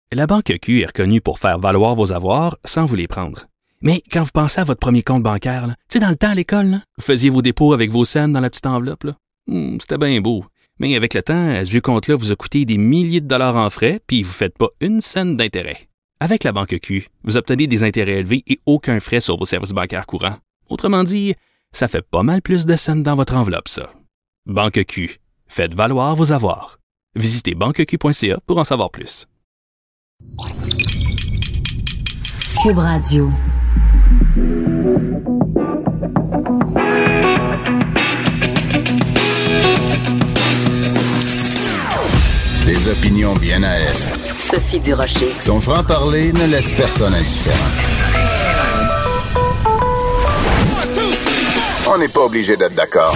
La Banque Q est reconnue pour faire valoir vos avoirs sans vous les prendre. Mais quand vous pensez à votre premier compte bancaire, tu sais, dans le temps à l'école, là, vous faisiez vos dépôts avec vos scènes dans la petite enveloppe. Là. C'était bien beau. Mais avec le temps, ce vieux compte-là vous a coûté des milliers de dollars en frais, puis vous ne faites pas une scène d'intérêt. Avec la Banque Q, vous obtenez des intérêts élevés et aucun frais sur vos services bancaires courants. Autrement dit, ça fait pas mal plus de scènes dans votre enveloppe, ça. Banque Q. Faites valoir vos avoirs. Visitez banqueq.ca pour en savoir plus. Cube Radio. Des opinions bien à elle. Sophie Durocher. Son franc-parler ne laisse personne indifférent. On n'est pas obligé d'être d'accord.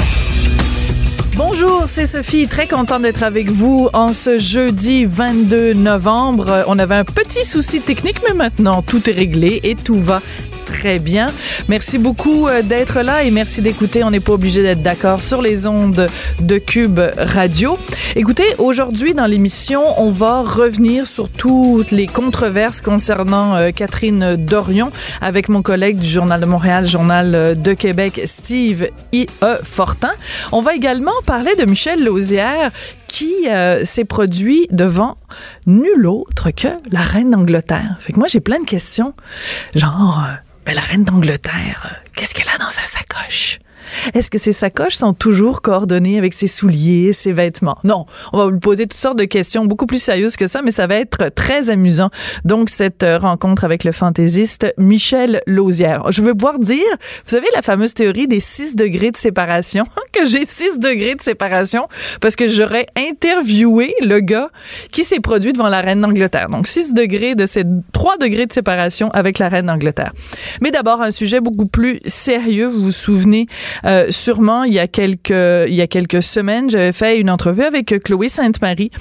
Bonjour, c'est Sophie, très contente d'être avec vous en ce jeudi 22 novembre. On avait un petit souci technique, mais maintenant tout est réglé et tout va très bien. Merci beaucoup d'être là et merci d'écouter. On n'est pas obligé d'être d'accord sur les ondes de Cube Radio. Écoutez, aujourd'hui dans l'émission, on va revenir sur toutes les controverses concernant Catherine Dorion avec mon collègue du Journal de Montréal, Journal de Québec, Steve I.E. Fortin. On va également parler de Michel Lausière qui s'est produit devant nul autre que la reine d'Angleterre. Fait que moi, j'ai plein de questions, genre... la reine d'Angleterre, qu'est-ce qu'elle a dans sa sacoche? Est-ce que ses sacoches sont toujours coordonnées avec ses souliers, ses vêtements? Non, on va vous poser toutes sortes de questions beaucoup plus sérieuses que ça, mais ça va être très amusant. Donc, cette rencontre avec le fantaisiste Michel Lausière. Je veux pouvoir dire, vous savez, la fameuse théorie des 6 degrés de séparation, que j'ai 6 degrés de séparation parce que j'aurais interviewé le gars qui s'est produit devant la reine d'Angleterre. Donc, 6 degrés de ces 3 degrés de séparation avec la reine d'Angleterre. Mais d'abord, un sujet beaucoup plus sérieux. Vous vous souvenez sûrement, il y a quelques semaines, j'avais fait une entrevue avec Chloé Sainte-Marie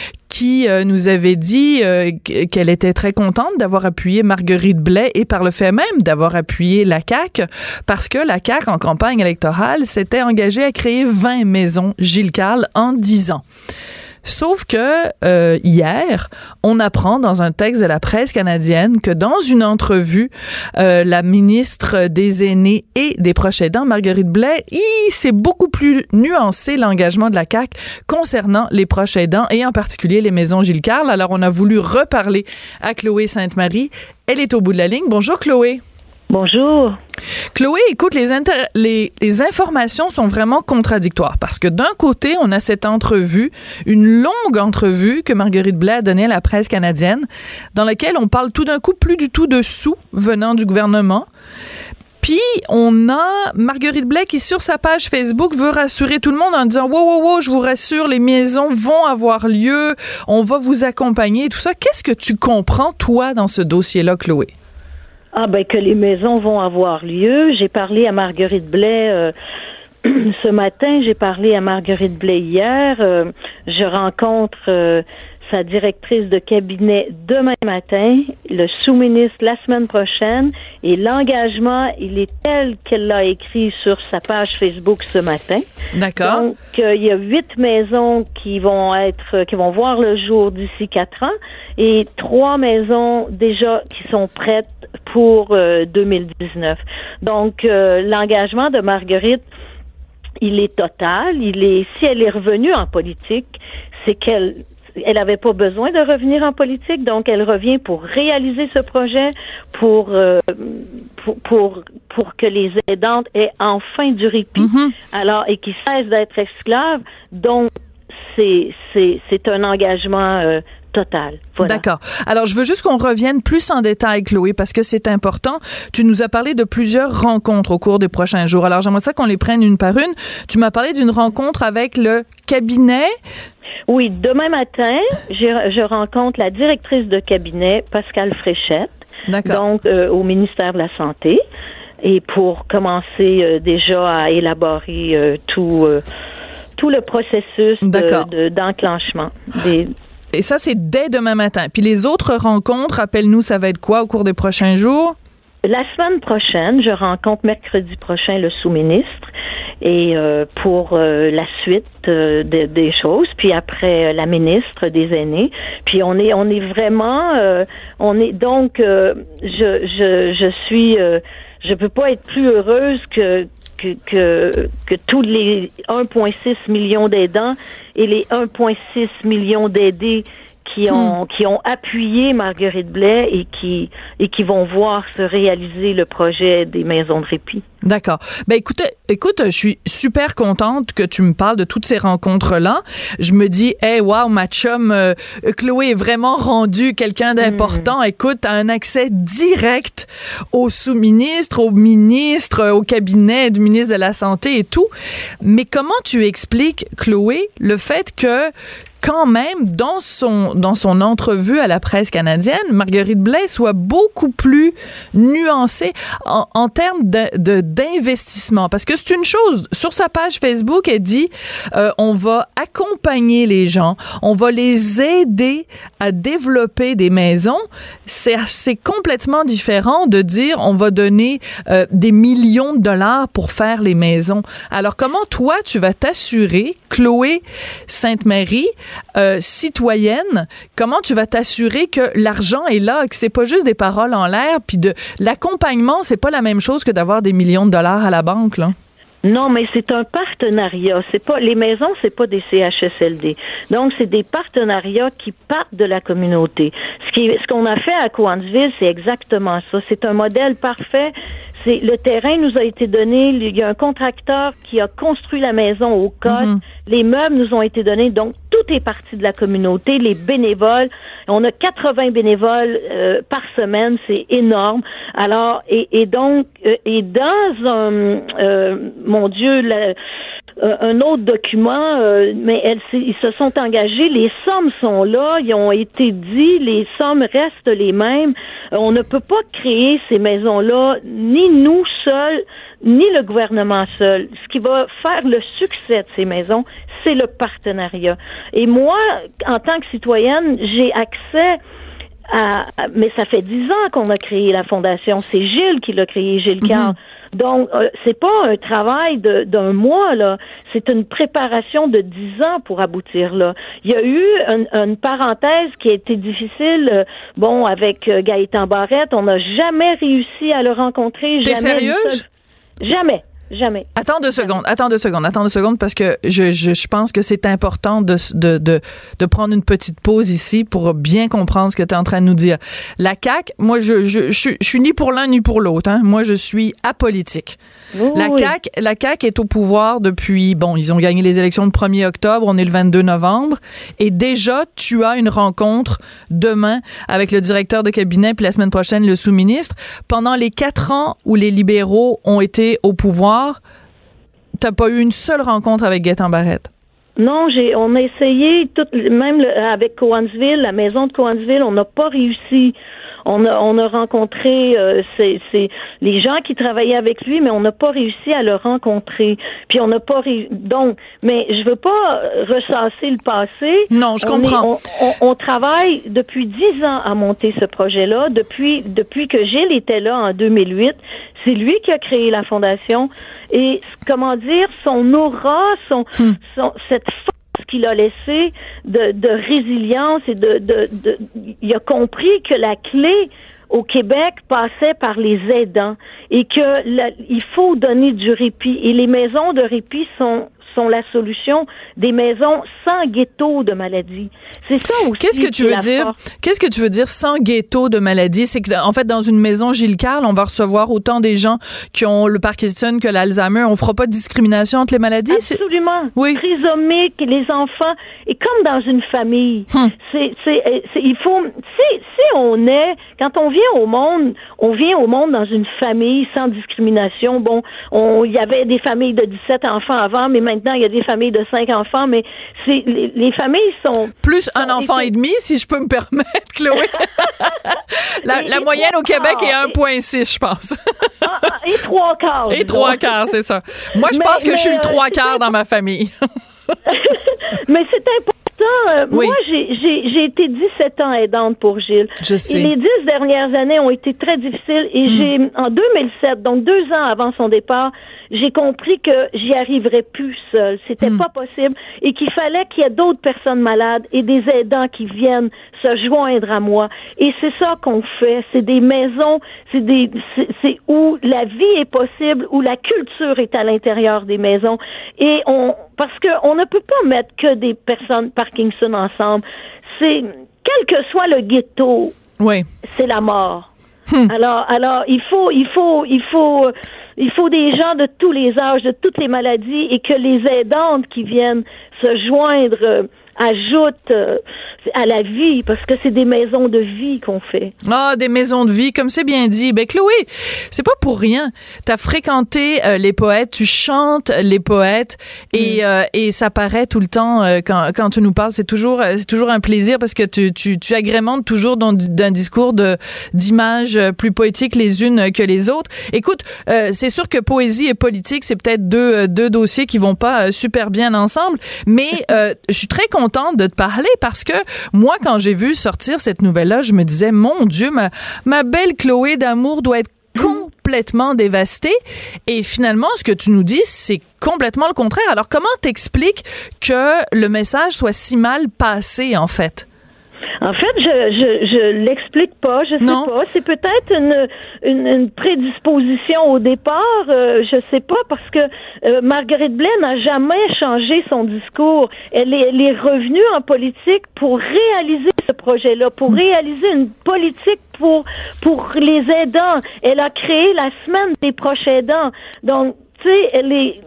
qui nous avait dit qu'elle était très contente d'avoir appuyé Marguerite Blais et par le fait même d'avoir appuyé la CAQ parce que la CAQ, en campagne électorale, s'était engagée à créer 20 maisons Gilles Carle en 10 ans. Sauf que hier, on apprend dans un texte de la presse canadienne que dans une entrevue, la ministre des Aînés et des Proches aidants, Marguerite Blais, c'est beaucoup plus nuancé l'engagement de la CAQ concernant les proches aidants et en particulier les maisons Gilles Carle. Alors, on a voulu reparler à Chloé Sainte-Marie. Elle est au bout de la ligne. Bonjour, Chloé. Bonjour. Chloé, écoute, les informations sont vraiment contradictoires parce que d'un côté, on a cette entrevue, une longue entrevue que Marguerite Blais a donnée à la presse canadienne dans laquelle on parle tout d'un coup plus du tout de sous venant du gouvernement. Puis, on a Marguerite Blais qui, sur sa page Facebook, veut rassurer tout le monde en disant « Wow, je vous rassure, les maisons vont avoir lieu, on va vous accompagner et tout ça. » Qu'est-ce que tu comprends, toi, dans ce dossier-là, Chloé? Que les maisons vont avoir lieu. J'ai parlé à Marguerite Blais ce matin, j'ai parlé à Marguerite Blais hier. Je rencontre sa directrice de cabinet demain matin, le sous-ministre la semaine prochaine, et l'engagement, il est tel qu'elle l'a écrit sur sa page Facebook ce matin. D'accord. Donc, il y a 8 maisons qui vont voir le jour d'ici 4 ans, et 3 maisons déjà qui sont prêtes pour 2019. Donc, l'engagement de Marguerite, il est total. Si elle est revenue en politique, c'est qu'elle avait pas besoin de revenir en politique, donc elle revient pour réaliser ce projet, pour que les aidantes aient enfin du répit, et qu'ils cessent d'être esclaves. Donc c'est un engagement total. Voilà. D'accord. Alors, je veux juste qu'on revienne plus en détail, Chloé, parce que c'est important. Tu nous as parlé de plusieurs rencontres au cours des prochains jours. Alors, j'aimerais ça qu'on les prenne une par une. Tu m'as parlé d'une rencontre avec le cabinet. Oui, demain matin, je rencontre la directrice de cabinet, Pascale Fréchette, donc au ministère de la Santé, et pour commencer déjà à élaborer tout le processus d'enclenchement des... Et ça, c'est dès demain matin. Puis les autres rencontres, rappelle-nous, ça va être quoi au cours des prochains jours? la semaine prochaine, je rencontre mercredi prochain le sous-ministre et pour la suite des choses, puis après la ministre des Aînés. Puis on est vraiment, on est donc, je suis, je peux pas être plus heureuse que tous les 1,6 million d'aidants et les 1,6 million d'aidés qui ont appuyé Marguerite Blais et qui vont voir se réaliser le projet des maisons de répit. D'accord. Ben écoute, je suis super contente que tu me parles de toutes ces rencontres-là. Je me dis, hey, wow, ma chum Chloé est vraiment rendue quelqu'un d'important. Écoute, t'as un accès direct au sous-ministre, au ministre, au cabinet du ministre de la Santé et tout. Mais comment tu expliques, Chloé, le fait que quand même, dans son entrevue à la presse canadienne, Marguerite Blais soit beaucoup plus nuancée en termes d'investissement. Parce que c'est une chose, sur sa page Facebook, elle dit on va accompagner les gens, on va les aider à développer des maisons. C'est complètement différent de dire on va donner des millions de dollars pour faire les maisons. Alors, comment toi, tu vas t'assurer, Chloé Sainte-Marie, citoyenne, comment tu vas t'assurer que l'argent est là, que c'est pas juste des paroles en l'air, puis de l'accompagnement, c'est pas la même chose que d'avoir des millions de dollars à la banque, là? Non, mais c'est un partenariat. C'est pas les maisons, c'est pas des CHSLD. Donc c'est des partenariats qui partent de la communauté. Ce qu'on a fait à Cowansville, c'est exactement ça. C'est un modèle parfait. Le terrain nous a été donné. Il y a un contracteur qui a construit la maison au code. Les meubles nous ont été donnés. Donc tout est parti de la communauté. Les bénévoles, on a 80 bénévoles par semaine. C'est énorme. Alors et donc dans mon Dieu, un autre document, mais ils se sont engagés, les sommes sont là, ils ont été dit, les sommes restent les mêmes. On ne peut pas créer ces maisons-là, ni nous seuls, ni le gouvernement seul. Ce qui va faire le succès de ces maisons, c'est le partenariat. Et moi, en tant que citoyenne, j'ai accès mais ça fait 10 ans qu'on a créé la fondation. C'est Gilles qui l'a créé, Gilles Carle. Donc, c'est pas un travail d'un mois, là. C'est une préparation de 10 ans pour aboutir là. Il y a eu une parenthèse qui a été difficile, avec Gaëtan Barrette. On n'a jamais réussi à le rencontrer. T'es sérieuse? Jamais. Attends deux secondes, parce que je pense que c'est important de prendre une petite pause ici pour bien comprendre ce que tu es en train de nous dire. La CAQ, moi, je suis ni pour l'un ni pour l'autre, hein. Moi, je suis apolitique. Oui. La CAQ est au pouvoir depuis, ils ont gagné les élections le 1er octobre, on est le 22 novembre, et déjà, tu as une rencontre demain avec le directeur de cabinet, puis la semaine prochaine, le sous-ministre. Pendant les 4 ans où les libéraux ont été au pouvoir, t'as pas eu une seule rencontre avec Gaëtan Barrette? Non, on a essayé, même avec Cowansville, la maison de Cowansville, on n'a pas réussi. On a rencontré les gens qui travaillaient avec lui, mais on n'a pas réussi à le rencontrer. Puis on n'a pas donc, mais je veux pas ressasser le passé. Non, je comprends. On travaille depuis 10 ans à monter ce projet-là. Depuis que Gilles était là en 2008, c'est lui qui a créé la fondation. Et comment dire, son aura, cette force qu'il a laissé de résilience et il a compris que la clé au Québec passait par les aidants et il faut donner du répit. Et les maisons de répit sont la solution, des maisons sans ghetto de maladie. C'est ça aussi. Qu'est-ce que tu veux dire? Qu'est-ce que tu veux dire sans ghetto de maladie? C'est que, en fait, dans une maison Gilles Carle, on va recevoir autant des gens qui ont le Parkinson que l'Alzheimer. On fera pas de discrimination entre les maladies? Absolument. Oui. Trisomiques, les enfants. Et comme dans une famille. Il faut, si quand on vient au monde dans une famille sans discrimination. Il y avait des familles de 17 enfants avant, mais maintenant, il y a des familles de 5 enfants, mais les familles sont... Plus un enfant et demi, si je peux me permettre, Chloé. la moyenne au Québec est 1,6, je pense. Et 3 quarts. Et 3 quarts, c'est ça. Moi, je pense que je suis le 3 quarts dans ma famille. Mais c'est important ça, Oui. moi, j'ai été 17 ans aidante pour Gilles. Je sais. Et les 10 dernières années ont été très difficiles. Et en 2007, donc 2 ans avant son départ, j'ai compris que j'y arriverais plus seule. C'était pas possible. Et qu'il fallait qu'il y ait d'autres personnes malades et des aidants qui viennent se joindre à moi. Et c'est ça qu'on fait. C'est des maisons, c'est où la vie est possible, où la culture est à l'intérieur des maisons. Et parce que on ne peut pas mettre que des personnes Parkinson ensemble. C'est, quel que soit le ghetto, Oui. c'est la mort. Alors, il faut des gens de tous les âges, de toutes les maladies, et que les aidantes qui viennent se joindre ajoutent à la vie, parce que c'est des maisons de vie qu'on fait. Ah, des maisons de vie, comme c'est bien dit. Ben Chloé, c'est pas pour rien. T'as fréquenté les poètes, tu chantes les poètes, et ça paraît tout le temps quand tu nous parles. C'est toujours un plaisir, parce que tu agrémentes toujours d'un discours d'images plus poétiques les unes que les autres. Écoute, c'est sûr que poésie et politique, c'est peut-être deux dossiers qui vont pas super bien ensemble, mais je suis très contente de te parler, parce que moi, quand j'ai vu sortir cette nouvelle-là, je me disais, mon Dieu, ma belle Chloé d'amour doit être complètement dévastée. Et finalement, ce que tu nous dis, c'est complètement le contraire. Alors, comment t'expliques que le message soit si mal passé, en fait? En fait, je l'explique pas, je sais pas. C'est peut-être une prédisposition au départ, je sais pas, parce que Marguerite Blais n'a jamais changé son discours. Elle est revenue en politique pour réaliser ce projet-là, pour réaliser une politique pour les aidants. Elle a créé la semaine des proches aidants. Donc, tu sais, elle est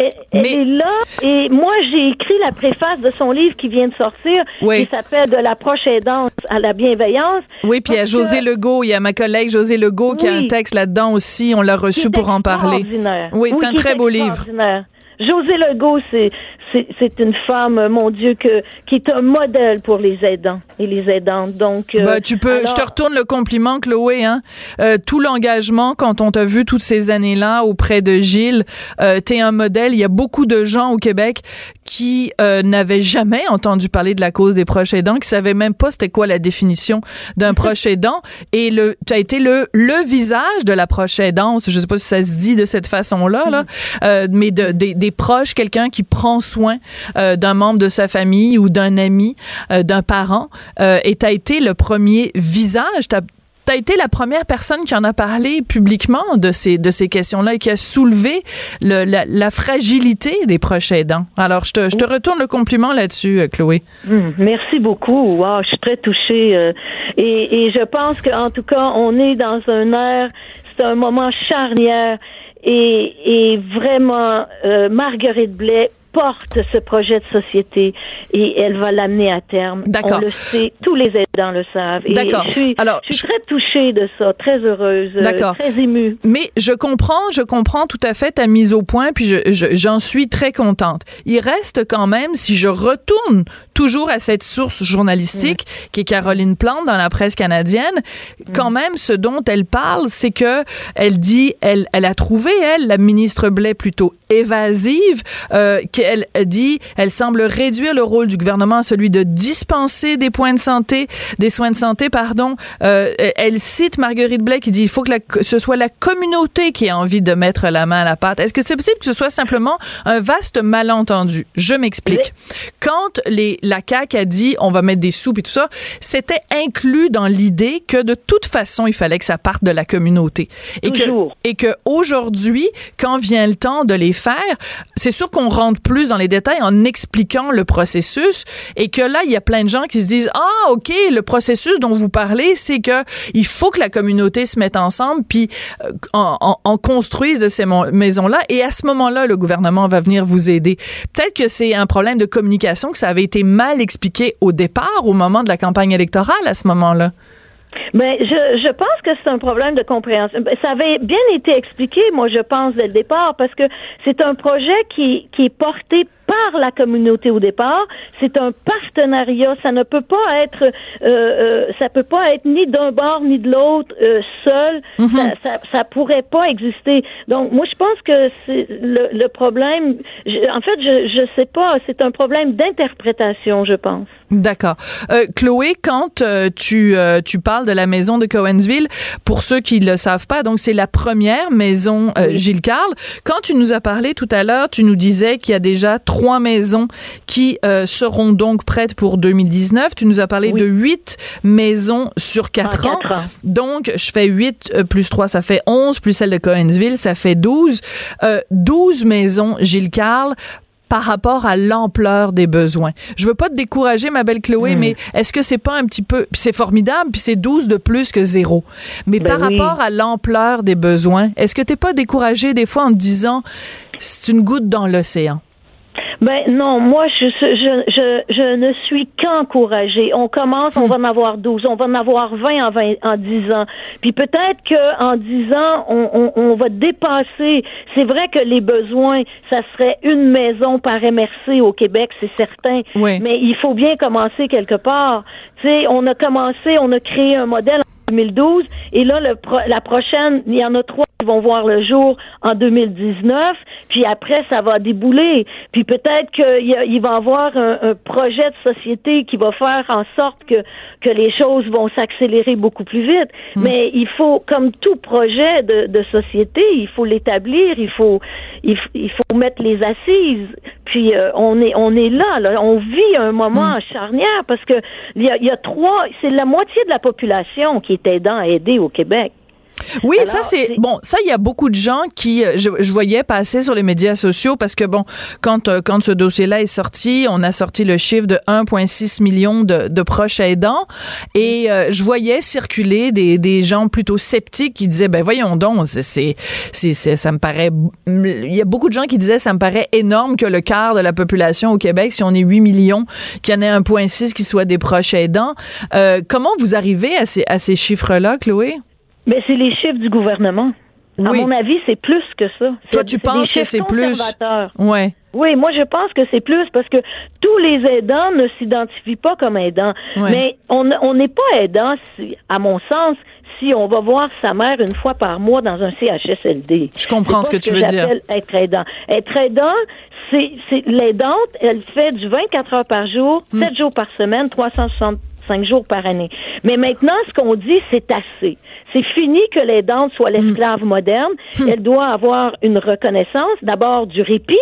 là, et moi, j'ai écrit la préface de son livre qui vient de sortir, qui s'appelle « De l'approche aidante à la bienveillance ». Oui, puis il y a José Legault, il y a ma collègue José Legault qui a un texte là-dedans aussi, on l'a reçu pour en parler. Oui, c'est un très beau livre. José Legault, c'est une femme, mon Dieu, qui est un modèle pour les aidants et les aidantes. Donc, je te retourne le compliment, Chloé, hein. Tout l'engagement, quand on t'a vu toutes ces années-là auprès de Gilles, t'es un modèle. Il y a beaucoup de gens au Québec qui n'avaient jamais entendu parler de la cause des proches aidants, qui savaient même pas c'était quoi la définition d'un proche aidant. Et tu as été le visage de la proche aidance. Je sais pas si ça se dit de cette façon-là, là, mais des proches, quelqu'un qui prend soin d'un membre de sa famille ou d'un ami, d'un parent. Et tu as été le premier visage. T'as été la première personne qui en a parlé publiquement de ces questions-là et qui a soulevé la fragilité des proches aidants. Alors, je te retourne le compliment là-dessus, Chloé. Merci beaucoup. Wow, je suis très touchée. Et je pense qu'en tout cas, on est dans un air, c'est un moment charnière. Et vraiment, Marguerite Blais porte ce projet de société et elle va l'amener à terme. D'accord. On le sait, tous les aidants le savent. Et d'accord. Je suis très touchée de ça, très heureuse, très émue. Mais je comprends tout à fait ta mise au point, puis j'en suis très contente. Il reste quand même, si je retourne toujours à cette source journalistique qui est Caroline Plante dans la presse canadienne, quand même, ce dont elle parle, c'est que elle dit, elle a trouvé, la ministre Blais, plutôt évasive, qu'elle dit, elle semble réduire le rôle du gouvernement à celui de dispenser des soins de santé, elle cite Marguerite Blais qui dit, il faut que ce soit la communauté qui ait envie de mettre la main à la pâte. Est-ce que c'est possible que ce soit simplement un vaste malentendu? Je m'explique. Quand la CAQ a dit, on va mettre des soupes et tout ça, c'était inclus dans l'idée que de toute façon, il fallait que ça parte de la communauté. Et que aujourd'hui, quand vient le temps de les faire, c'est sûr qu'on rentre plus dans les détails en expliquant le processus, et que là, il y a plein de gens qui se disent, ah, OK, le processus dont vous parlez, c'est que il faut que la communauté se mette ensemble puis en construise ces maisons-là, et à ce moment-là, le gouvernement va venir vous aider. Peut-être que c'est un problème de communication, que ça avait été mal expliqué au départ, au moment de la campagne électorale, à ce moment-là. Ben, je pense que c'est un problème de compréhension. Ça avait bien été expliqué, moi, je pense, dès le départ, parce que c'est un projet qui est porté par la communauté au départ. C'est un partenariat. Ça ne peut pas être, ça peut pas être ni d'un bord ni de l'autre seul. Ça pourrait pas exister. Donc, moi, je pense que c'est le problème. En fait, je sais pas. C'est un problème d'interprétation, je pense. D'accord. Chloé, quand tu parles de la maison de Cowansville, pour ceux qui le savent pas, donc c'est la première maison Gilles Carle. Quand tu nous as parlé tout à l'heure, tu nous disais qu'il y a déjà 3 maisons qui seront donc prêtes pour 2019. Tu nous as parlé de 8 maisons sur 4 ans. Donc, je fais 8 plus 3, ça fait 11, plus celle de Cowansville, ça fait 12. 12 maisons Gilles Carle par rapport à l'ampleur des besoins. Je veux pas te décourager, ma belle Chloé, mais est-ce que c'est pas un petit peu... Puis c'est formidable, puis c'est 12 de plus que 0. Mais par rapport à l'ampleur des besoins, est-ce que t'es pas découragée des fois en te disant c'est une goutte dans l'océan? Ben non, moi je ne suis qu'encouragée. On commence, on va en avoir 12, on va en avoir 20 en 10 ans. Puis peut-être que en 10 ans, on va dépasser. C'est vrai que les besoins, ça serait une maison par MRC au Québec, c'est certain. Oui. Mais il faut bien commencer quelque part. Tu sais, on a créé un modèle en 2012 et là la prochaine, il y en a 3 qui vont voir le jour en 2019, puis après ça va débouler, puis peut-être qu'il va y avoir un projet de société qui va faire en sorte que les choses vont s'accélérer beaucoup plus vite. Mais il faut, comme tout projet de société, il faut l'établir, il faut mettre les assises. Puis on est là, on vit un moment charnière parce que il y a 3, c'est la moitié de la population qui est aidant à aider au Québec. Oui, alors, ça c'est bon. Ça, il y a beaucoup de gens qui je voyais passer sur les médias sociaux parce que bon, quand ce dossier-là est sorti, on a sorti le chiffre de 1,6 million de proches aidants et je voyais circuler des gens plutôt sceptiques qui disaient ben voyons donc, ça me paraît. Il y a beaucoup de gens qui disaient ça me paraît énorme que le quart de la population au Québec, si on est 8 millions, qu'il y en ait 1,6 qui soient des proches aidants. Comment vous arrivez à ces chiffres-là, Chloé? Mais c'est les chiffres du gouvernement. Oui. À mon avis, c'est plus que ça. Toi, tu penses que c'est plus? Ouais. Oui, moi, je pense que c'est plus parce que tous les aidants ne s'identifient pas comme aidants. Ouais. Mais on n'est pas aidant, à mon sens, si on va voir sa mère une fois par mois dans un CHSLD. Je comprends ce que tu veux dire. Être aidant. Être aidant, c'est l'aidante, elle fait du 24 heures par jour, 7 jours par semaine, 365 jours par année. Mais maintenant, ce qu'on dit, c'est assez. C'est fini que l'aidante soit l'esclave moderne. Elle doit avoir une reconnaissance, d'abord du répit,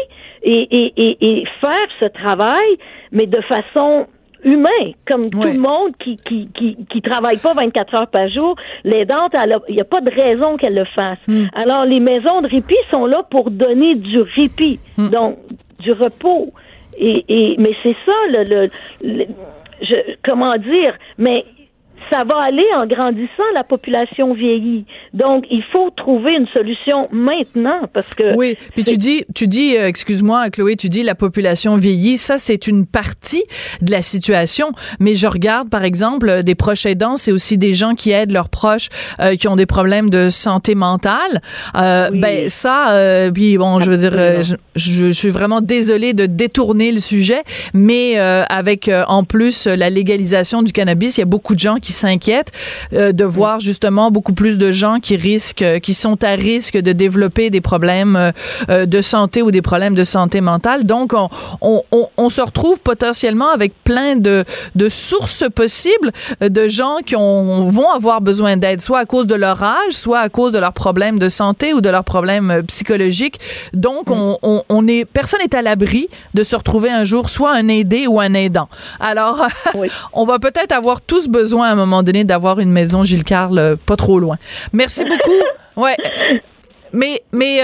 et faire ce travail, mais de façon humaine, comme tout le monde qui travaille pas 24 heures par jour. L'aidante, il n'y a pas de raison qu'elle le fasse. Alors, les maisons de répit sont là pour donner du répit, donc du repos. Mais c'est ça, comment dire, mais ça va aller en grandissant, la population vieillit. Donc, il faut trouver une solution maintenant parce que... Oui, puis tu dis, excuse-moi, Chloé, tu dis la population vieillit. Ça, c'est une partie de la situation. Mais je regarde, par exemple, des proches aidants, c'est aussi des gens qui aident leurs proches qui ont des problèmes de santé mentale. Ben, ça, puis bon, je veux dire, je suis vraiment désolée de détourner le sujet, mais avec, en plus, la légalisation du cannabis, il y a beaucoup de gens qui s'inquiètent de voir justement beaucoup plus de gens qui sont à risque de développer des problèmes de santé ou des problèmes de santé mentale. Donc, on se retrouve potentiellement avec plein de sources possibles de gens qui vont avoir besoin d'aide, soit à cause de leur âge, soit à cause de leurs problèmes de santé ou de leurs problèmes psychologiques. Donc, personne n'est à l'abri de se retrouver un jour soit un aidé ou un aidant. Alors, on va peut-être avoir tous besoin à un moment donné d'avoir une maison Gilles Carle pas trop loin. Merci beaucoup. Ouais. Mais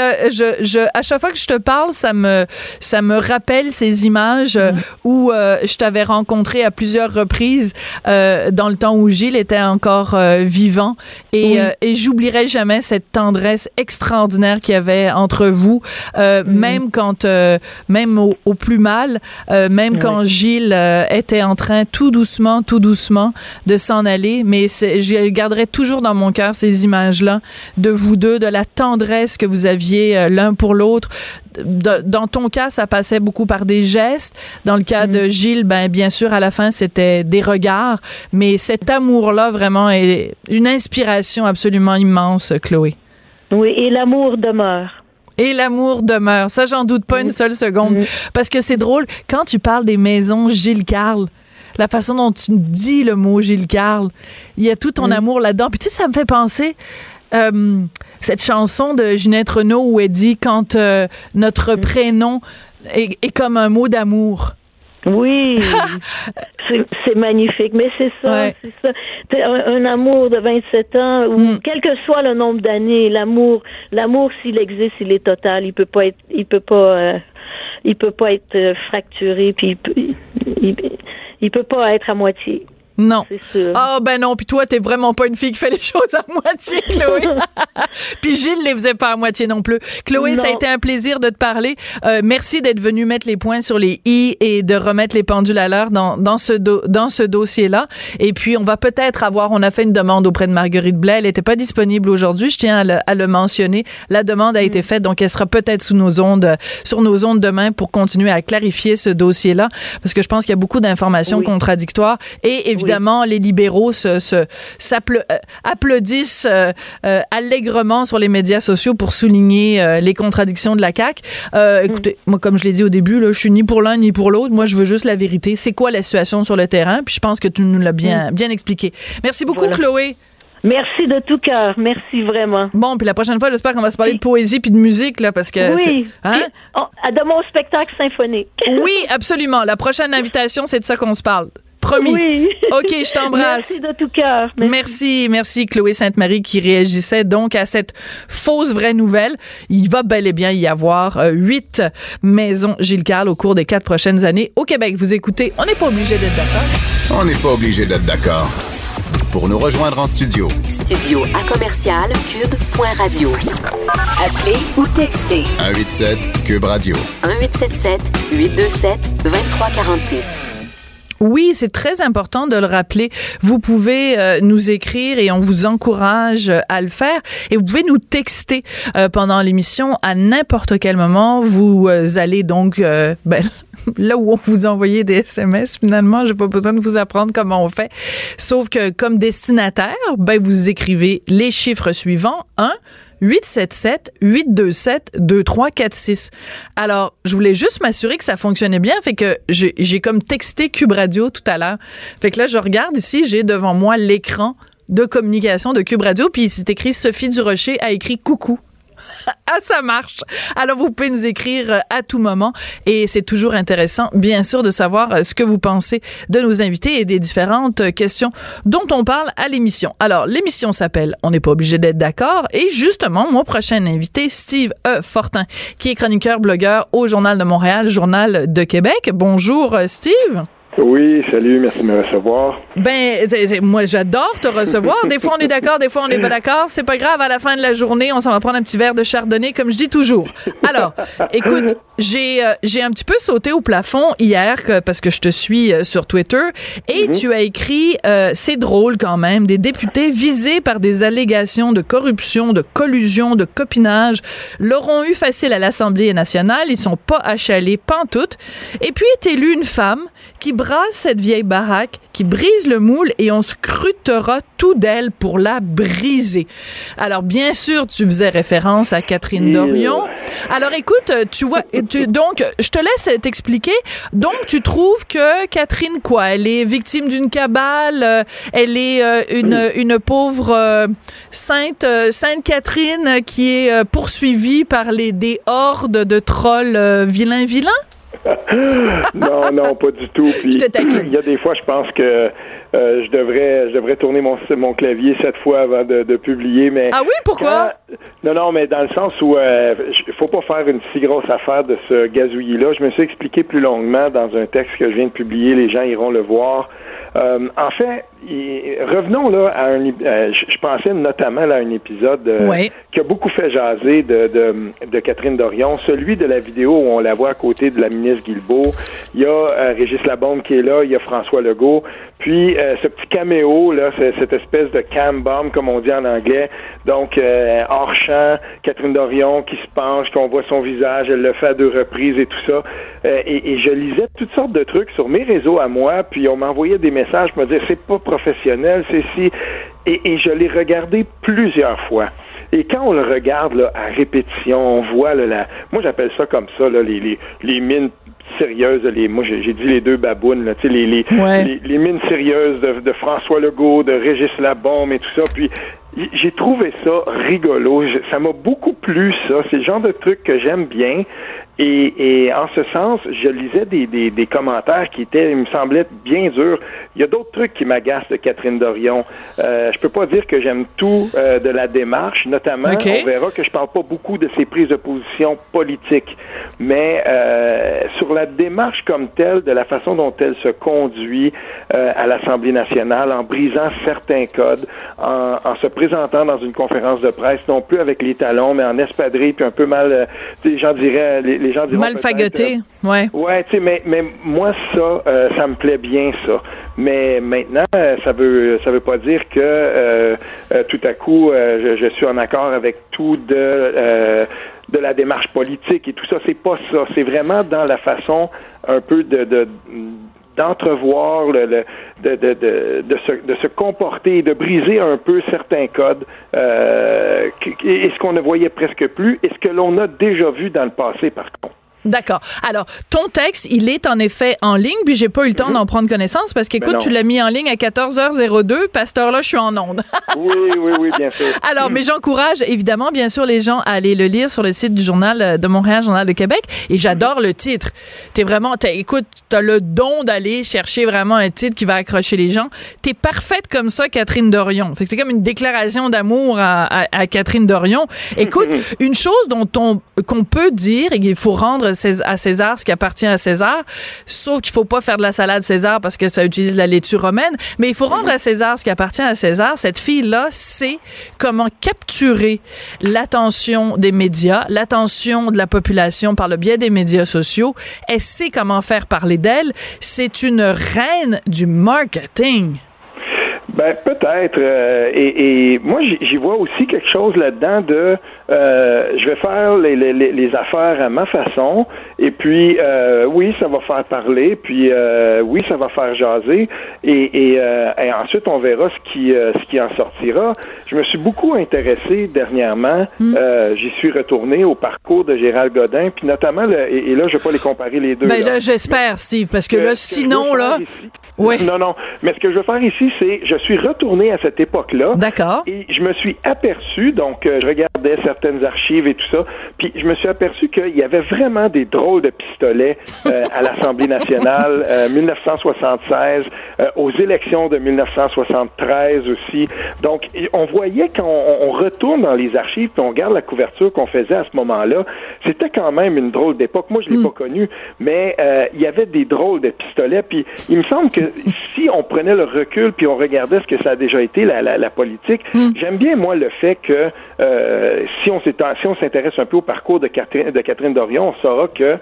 à chaque fois que je te parle, ça me rappelle ces images où je t'avais rencontré à plusieurs reprises dans le temps où Gilles était encore vivant et j'oublierai jamais cette tendresse extraordinaire qu'il y avait entre vous, même quand même au plus mal, quand Gilles était en train tout doucement de s'en aller, mais je garderai toujours dans mon cœur ces images-là de vous deux, de la tendresse tendresse que vous aviez l'un pour l'autre. Dans ton cas, ça passait beaucoup par des gestes. Dans le cas de Gilles, bien sûr, à la fin, c'était des regards. Mais cet amour-là, vraiment, est une inspiration absolument immense, Chloé. Oui, et l'amour demeure. Et l'amour demeure. Ça, j'en doute pas une seule seconde. Parce que c'est drôle, quand tu parles des maisons Gilles-Carle, la façon dont tu dis le mot Gilles-Carle, il y a tout ton amour là-dedans. Puis tu sais, ça me fait penser cette chanson de Ginette Renault où elle dit quand notre prénom est comme un mot d'amour. Oui, c'est magnifique, mais c'est ça, c'est ça. Un amour de 27 ans, ou quel que soit le nombre d'années, l'amour, s'il existe, il est total. Il peut pas être fracturé, puis il peut pas être à moitié. Non. C'est sûr. Ah, ben non. Puis toi, t'es vraiment pas une fille qui fait les choses à moitié, Chloé. Puis Gilles les faisait pas à moitié non plus. Chloé, non. Ça a été un plaisir de te parler. Merci d'être venue mettre les points sur les i et de remettre les pendules à l'heure dans ce dossier-là. Et puis, on va peut-être on a fait une demande auprès de Marguerite Blais. Elle était pas disponible aujourd'hui. Je tiens à le mentionner. La demande a été faite, donc elle sera peut-être sur nos ondes demain pour continuer à clarifier ce dossier-là. Parce que je pense qu'il y a beaucoup d'informations contradictoires. Et évidemment, les libéraux applaudissent allègrement sur les médias sociaux pour souligner les contradictions de la CAQ. Écoutez, moi, comme je l'ai dit au début, là, je suis ni pour l'un ni pour l'autre. Moi, je veux juste la vérité. C'est quoi la situation sur le terrain? Puis je pense que tu nous l'as bien expliqué. Merci beaucoup, Chloé. Merci de tout cœur. Merci vraiment. Bon, puis la prochaine fois, j'espère qu'on va se parler de poésie puis de musique, là, parce que... Oui. De mon spectacle symphonique. Oui, absolument. La prochaine invitation, c'est de ça qu'on se parle. Promis. Oui. OK, je t'embrasse. Merci de tout cœur. Merci Chloé Sainte-Marie qui réagissait donc à cette fausse vraie nouvelle. Il va bel et bien y avoir 8 maisons Gilles-Carle au cours des 4 prochaines années au Québec. Vous écoutez, on n'est pas obligé d'être d'accord. On n'est pas obligé d'être d'accord. Pour nous rejoindre en studio. Studio à commercial cube.radio. Appelez ou textez. 187 Cube Radio. 1877 827 2346. Oui, c'est très important de le rappeler. Vous pouvez nous écrire et on vous encourage à le faire. Et vous pouvez nous texter pendant l'émission à n'importe quel moment. Vous allez donc là où on vous envoyait des SMS, finalement, j'ai pas besoin de vous apprendre comment on fait. Sauf que comme destinataire, vous écrivez les chiffres suivants. 1-877-827-2346. Alors, je voulais juste m'assurer que ça fonctionnait bien, fait que j'ai comme texté Cube Radio tout à l'heure. Fait que là, je regarde ici, j'ai devant moi l'écran de communication de Cube Radio, puis c'est écrit Sophie Durocher a écrit coucou. Ah, ça marche. Alors, vous pouvez nous écrire à tout moment et c'est toujours intéressant, bien sûr, de savoir ce que vous pensez de nos invités et des différentes questions dont on parle à l'émission. Alors, l'émission s'appelle On n'est pas obligé d'être d'accord et justement, mon prochain invité, Steve Fortin, qui est chroniqueur, blogueur au Journal de Montréal, Journal de Québec. Bonjour, Steve. Oui, salut, merci de me recevoir. Moi, j'adore te recevoir. Des fois, on est d'accord, des fois, on n'est pas d'accord. C'est pas grave, à la fin de la journée, on s'en va prendre un petit verre de chardonnay, comme je dis toujours. Alors, écoute, j'ai un petit peu sauté au plafond hier, parce que je te suis sur Twitter, et tu as écrit, c'est drôle quand même, des députés visés par des allégations de corruption, de collusion, de copinage, l'auront eu facile à l'Assemblée nationale, ils sont pas achalés pantoute. Et puis est élue une femme qui brasse cette vieille baraque, qui brise le moule et on scrutera tout d'elle pour la briser. Alors, bien sûr, tu faisais référence à Catherine Dorion. Alors, écoute, tu vois, donc, je te laisse t'expliquer. Donc, tu trouves que Catherine, quoi, elle est victime d'une cabale, elle est une pauvre sainte Catherine qui est poursuivie par des hordes de trolls vilains? Non, pas du tout. Puis, je te taquine. Il y a des fois, je pense que je devrais tourner mon clavier 7 fois avant de publier. Mais ah oui, pourquoi? Non, mais dans le sens où faut pas faire une si grosse affaire de ce gazouillis-là. Je me suis expliqué plus longuement dans un texte que je viens de publier. Les gens iront le voir. En fait, revenons là à je pensais notamment là, à un épisode qui a beaucoup fait jaser de Catherine Dorion, celui de la vidéo où on la voit à côté de la ministre Guilbeault. Il y a Régis Labaume qui est là, il y a François Legault. Puis ce petit caméo là, cette espèce de cam bomb comme on dit en anglais. Donc hors champ, Catherine Dorion qui se penche, qu'on voit son visage, elle le fait à 2 reprises et tout ça. Et je lisais toutes sortes de trucs sur mes réseaux à moi, puis on m'envoyait des messages pour me dire c'est pas professionnel, c'est si. Et je l'ai regardé plusieurs fois. Et quand on le regarde là, à répétition, on voit là, moi j'appelle ça comme ça là, les mines sérieuses, moi j'ai dit les 2 babounes, là, tu sais, les mines sérieuses de François Legault, de Régis Labaume et tout ça. Puis j'ai trouvé ça rigolo. Ça m'a beaucoup plu, ça. C'est le genre de truc que j'aime bien. Et en ce sens, je lisais des commentaires qui il me semblait bien durs. Il y a d'autres trucs qui m'agacent de Catherine Dorion. Je peux pas dire que j'aime tout de la démarche, notamment, on verra que je parle pas beaucoup de ses prises de position politiques, mais sur la démarche comme telle, de la façon dont elle se conduit à l'Assemblée nationale, en brisant certains codes, en se présentant dans une conférence de presse, non plus avec les talons, mais en espadrille, puis un peu mal, les gens diraient, les gens diront mal fagoté, ouais, tu sais, mais moi ça me plaît bien ça. Mais maintenant, ça veut pas dire que tout à coup je suis en accord avec tout de la démarche politique et tout ça. C'est pas ça. C'est vraiment dans la façon un peu d'entrevoir de se comporter, de briser un peu certains codes, et ce qu'on ne voyait presque plus, et ce que l'on a déjà vu dans le passé, par contre. D'accord. Alors, ton texte, il est en effet en ligne, puis j'ai pas eu le temps d'en prendre connaissance parce qu'écoute, tu l'as mis en ligne à 14h02, pasteur là, je suis en onde. oui, bien sûr. Alors, mais j'encourage évidemment, bien sûr, les gens à aller le lire sur le site du Journal de Montréal, Journal de Québec, et j'adore le titre. Écoute, t'as le don d'aller chercher vraiment un titre qui va accrocher les gens. T'es parfaite comme ça, Catherine Dorion. Fait que c'est comme une déclaration d'amour à Catherine Dorion. Écoute, une chose qu'on peut dire et qu'il faut rendre à César ce qui appartient à César, sauf qu'il faut pas faire de la salade César parce que ça utilise la laitue romaine, mais il faut rendre à César ce qui appartient à César. Cette fille-là sait comment capturer l'attention des médias, l'attention de la population par le biais des médias sociaux. Elle sait comment faire parler d'elle. C'est une reine du marketing. Ben peut-être, et moi j'y vois aussi quelque chose là-dedans de je vais faire les affaires à ma façon, et puis oui, ça va faire parler, puis oui, ça va faire jaser, et ensuite on verra ce qui en sortira. Je me suis beaucoup intéressé dernièrement, j'y suis retourné au parcours de Gérald Godin, puis notamment et là je vais pas les comparer les deux. Ben là j'espère, Steve, parce que là sinon là. Oui. Non. Mais ce que je veux faire ici, c'est je suis retourné à cette époque-là. D'accord. Et je me suis aperçu, donc je regardais certaines archives et tout ça, puis je me suis aperçu qu'il y avait vraiment des drôles de pistolets à l'Assemblée nationale, 1976, aux élections de 1973 aussi. Donc, on voyait quand on retourne dans les archives, puis on regarde la couverture qu'on faisait à ce moment-là, c'était quand même une drôle d'époque. Moi, je l'ai pas connue, mais il y avait des drôles de pistolets, puis il me semble que si on prenait le recul puis on regardait ce que ça a déjà été la politique, j'aime bien moi le fait que si on s'intéresse un peu au parcours de Catherine Dorion, on saura que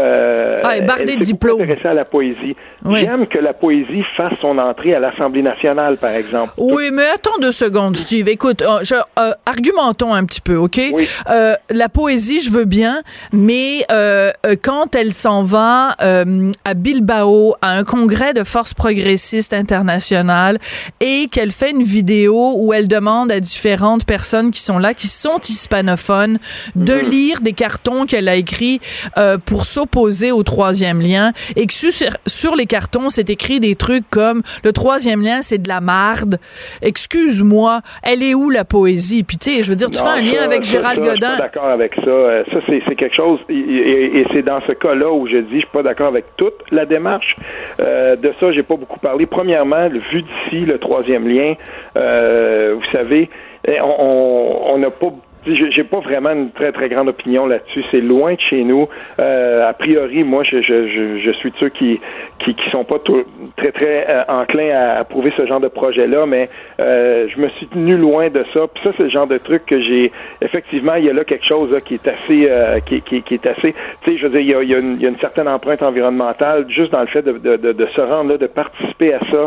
elle s'est beaucoup intéressée à la poésie. Oui. J'aime que la poésie fasse son entrée à l'Assemblée nationale, par exemple. Oui, mais attends 2 secondes, Steve. Écoute, argumentons un petit peu, OK? Oui. La poésie, je veux bien, mais quand elle s'en va à Bilbao, à un congrès de force progressiste internationale, et qu'elle fait une vidéo où elle demande à différentes personnes qui sont là, qui sont hispanophones, de lire des cartons qu'elle a écrits pour s'opposer au troisième lien, et que sur les cartons, c'est écrit des trucs comme « Le troisième lien, c'est de la marde ». Excuse-moi, elle est où la poésie? Puis tu sais, je veux dire, tu fais un lien avec Gérald Godin. Je suis pas d'accord avec ça. Ça, c'est quelque chose, et c'est dans ce cas-là où je dis, je suis pas d'accord avec toute la démarche. De ça, j'ai pas beaucoup parlé. Premièrement, vu d'ici, le troisième lien, vous savez, on n'a pas j'ai pas vraiment une très très grande opinion là-dessus. C'est loin de chez nous. A priori, moi, je suis de ceux qui sont pas très très enclins à approuver ce genre de projet-là, mais je me suis tenu loin de ça. Puis ça, c'est le genre de truc que j'ai. Effectivement, il y a là quelque chose là, qui est assez, qui est assez. Tu sais, je veux dire, il y a une certaine empreinte environnementale juste dans le fait de se rendre là, de participer à ça.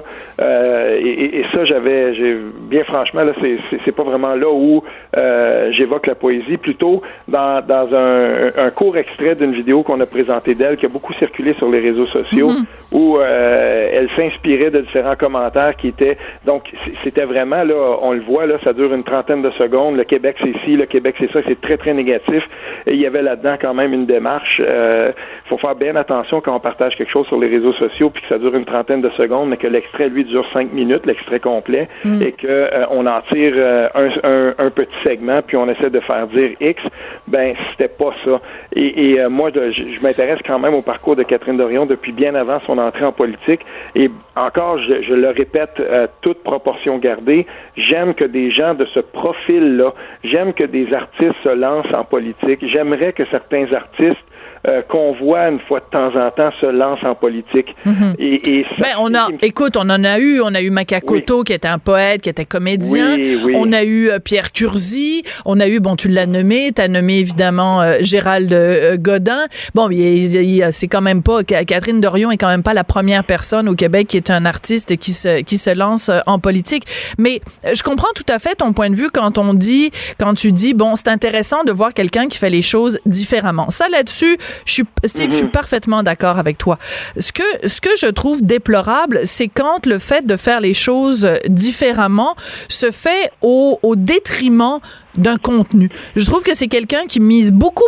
Et ça, j'ai bien franchement là, c'est pas vraiment là où j'évoque la poésie, plutôt dans un court extrait d'une vidéo qu'on a présentée d'elle, qui a beaucoup circulé sur les réseaux sociaux, où elle s'inspirait de différents commentaires qui étaient, donc c'était vraiment là, on le voit là, ça dure une trentaine de secondes, le Québec c'est ci, le Québec c'est ça, c'est très très négatif, et il y avait là-dedans quand même une démarche. Faut faire bien attention quand on partage quelque chose sur les réseaux sociaux puis que ça dure une trentaine de secondes, mais que l'extrait lui dure 5 minutes, l'extrait complet, et que on en tire un petit segment puis on essaie de faire dire X. Ben c'était pas ça. Et moi je m'intéresse quand même au parcours de Catherine Dorion depuis bien avant son entrée en politique, et encore je le répète, toute proportion gardée, j'aime que des gens de ce profil-là, j'aime que des artistes se lancent en politique, j'aimerais que certains artistes qu'on voit une fois de temps en temps se lance en politique. Et ça, écoute, on a eu Makakoto, qui était un poète, qui était comédien. Oui. On a eu Pierre Curzi. On a eu, tu l'as nommé, t'as nommé évidemment Gérald Godin. Bon, c'est quand même pas, Catherine Dorion est quand même pas la première personne au Québec qui est un artiste qui se lance en politique. Mais je comprends tout à fait ton point de vue quand tu dis, bon, c'est intéressant de voir quelqu'un qui fait les choses différemment. Ça, là-dessus, Steve, je suis parfaitement d'accord avec toi. Ce que je trouve déplorable, c'est quand le fait de faire les choses différemment se fait au détriment d'un contenu. Je trouve que c'est quelqu'un qui mise beaucoup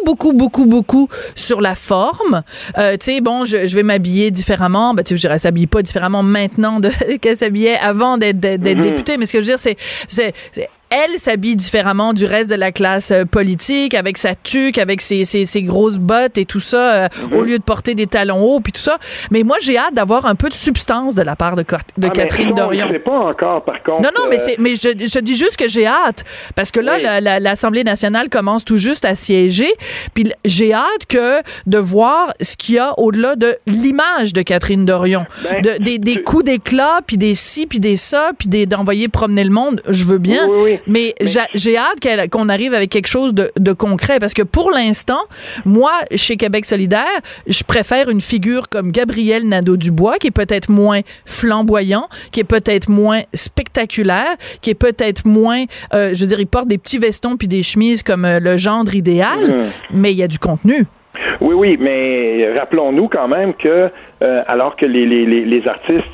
sur la forme. Tu sais, bon, je vais m'habiller différemment. Ben, tu sais, je dirais, elle s'habille pas différemment maintenant qu'elle s'habillait avant d'être députée. Mais ce que je veux dire, c'est elle s'habille différemment du reste de la classe politique, avec sa tuque, avec ses grosses bottes et tout ça, au lieu de porter des talons hauts puis tout ça. Mais moi, j'ai hâte d'avoir un peu de substance de la part de Catherine Dorion. Je sais pas encore, par contre. Non, mais je dis juste que j'ai hâte, parce que là, l'Assemblée nationale commence tout juste à siéger, puis j'ai hâte de voir ce qu'il y a au-delà de l'image de Catherine Dorion, des coups d'éclat, puis des ci, puis des ça, puis d'envoyer promener le monde. Je veux bien. Oui. Mais j'ai hâte qu'on arrive avec quelque chose de concret, parce que pour l'instant, moi, chez Québec solidaire, je préfère une figure comme Gabriel Nadeau-Dubois, qui est peut-être moins flamboyant, qui est peut-être moins spectaculaire, qui est peut-être moins, je veux dire, il porte des petits vestons puis des chemises comme le gendre idéal, mais il y a du contenu. Oui, mais rappelons-nous quand même que alors que les artistes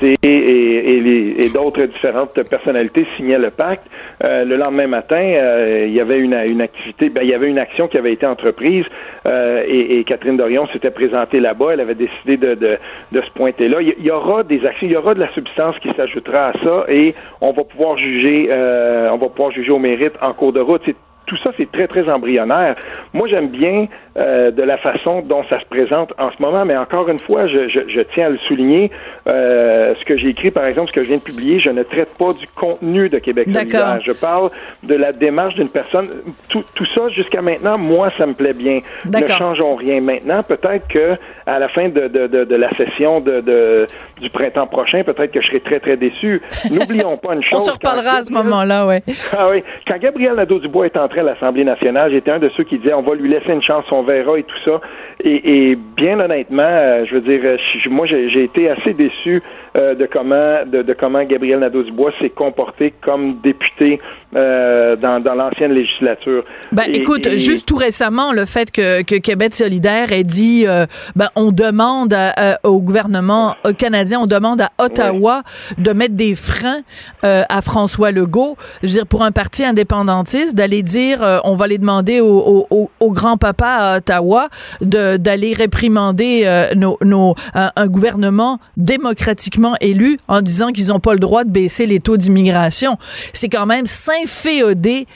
et d'autres différentes personnalités signaient le pacte, le lendemain matin, il y avait une activité, il y avait une action qui avait été entreprise, et Catherine Dorion s'était présentée là-bas. Elle avait décidé de se pointer là. Il y aura des actions, il y aura de la substance qui s'ajoutera à ça, et on va pouvoir juger au mérite en cours de route. Tout ça, c'est très, très embryonnaire. Moi, j'aime bien de la façon dont ça se présente en ce moment, mais encore une fois, je tiens à le souligner. Ce que j'ai écrit, par exemple, ce que je viens de publier, je ne traite pas du contenu de Québec solidaire. Je parle de la démarche d'une personne. Tout ça, jusqu'à maintenant, moi, ça me plaît bien. Ne changeons rien. Maintenant, peut-être que à la fin de la session du printemps prochain, peut-être que je serai très, très déçu. N'oublions pas une chose. On se reparlera à ce moment-là, oui. Ah oui. Quand Gabriel Nadeau-Dubois est entré à l'Assemblée nationale, j'étais un de ceux qui disaient on va lui laisser une chance, on verra et tout ça. Et bien honnêtement, je veux dire, moi j'ai été assez déçu de comment Gabriel Nadeau-Dubois s'est comporté comme député dans l'ancienne législature. Écoute, juste tout récemment, le fait que Québec solidaire ait dit on demande au gouvernement canadien, on demande à Ottawa de mettre des freins à François Legault. Je veux dire, pour un parti indépendantiste, d'aller dire on va les demander au grand-papa à Ottawa d'aller réprimander un gouvernement démocratiquement élu en disant qu'ils n'ont pas le droit de baisser les taux d'immigration. C'est quand même s'inféoder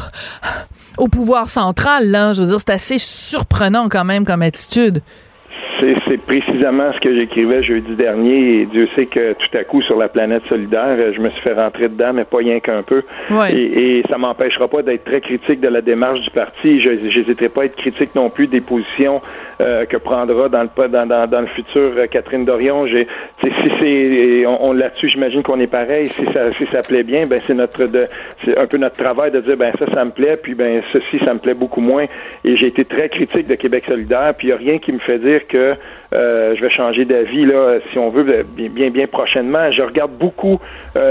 au pouvoir central, là. Je veux dire, c'est assez surprenant quand même comme attitude. c'est précisément ce que j'écrivais jeudi dernier, et Dieu sait que tout à coup, sur la planète solidaire, je me suis fait rentrer dedans, mais pas rien qu'un peu. Ouais. Et ça m'empêchera pas d'être très critique de la démarche du parti. J'hésiterai pas à être critique non plus des positions que prendra dans le futur Catherine Dorion. Là-dessus, j'imagine qu'on est pareil. Si ça plaît bien, ben c'est un peu notre travail de dire ben ça me plaît, puis ben ceci, ça me plaît beaucoup moins. Et j'ai été très critique de Québec solidaire, puis il n'y a rien qui me fait dire que je vais changer d'avis là, si on veut, bien prochainement. Je regarde beaucoup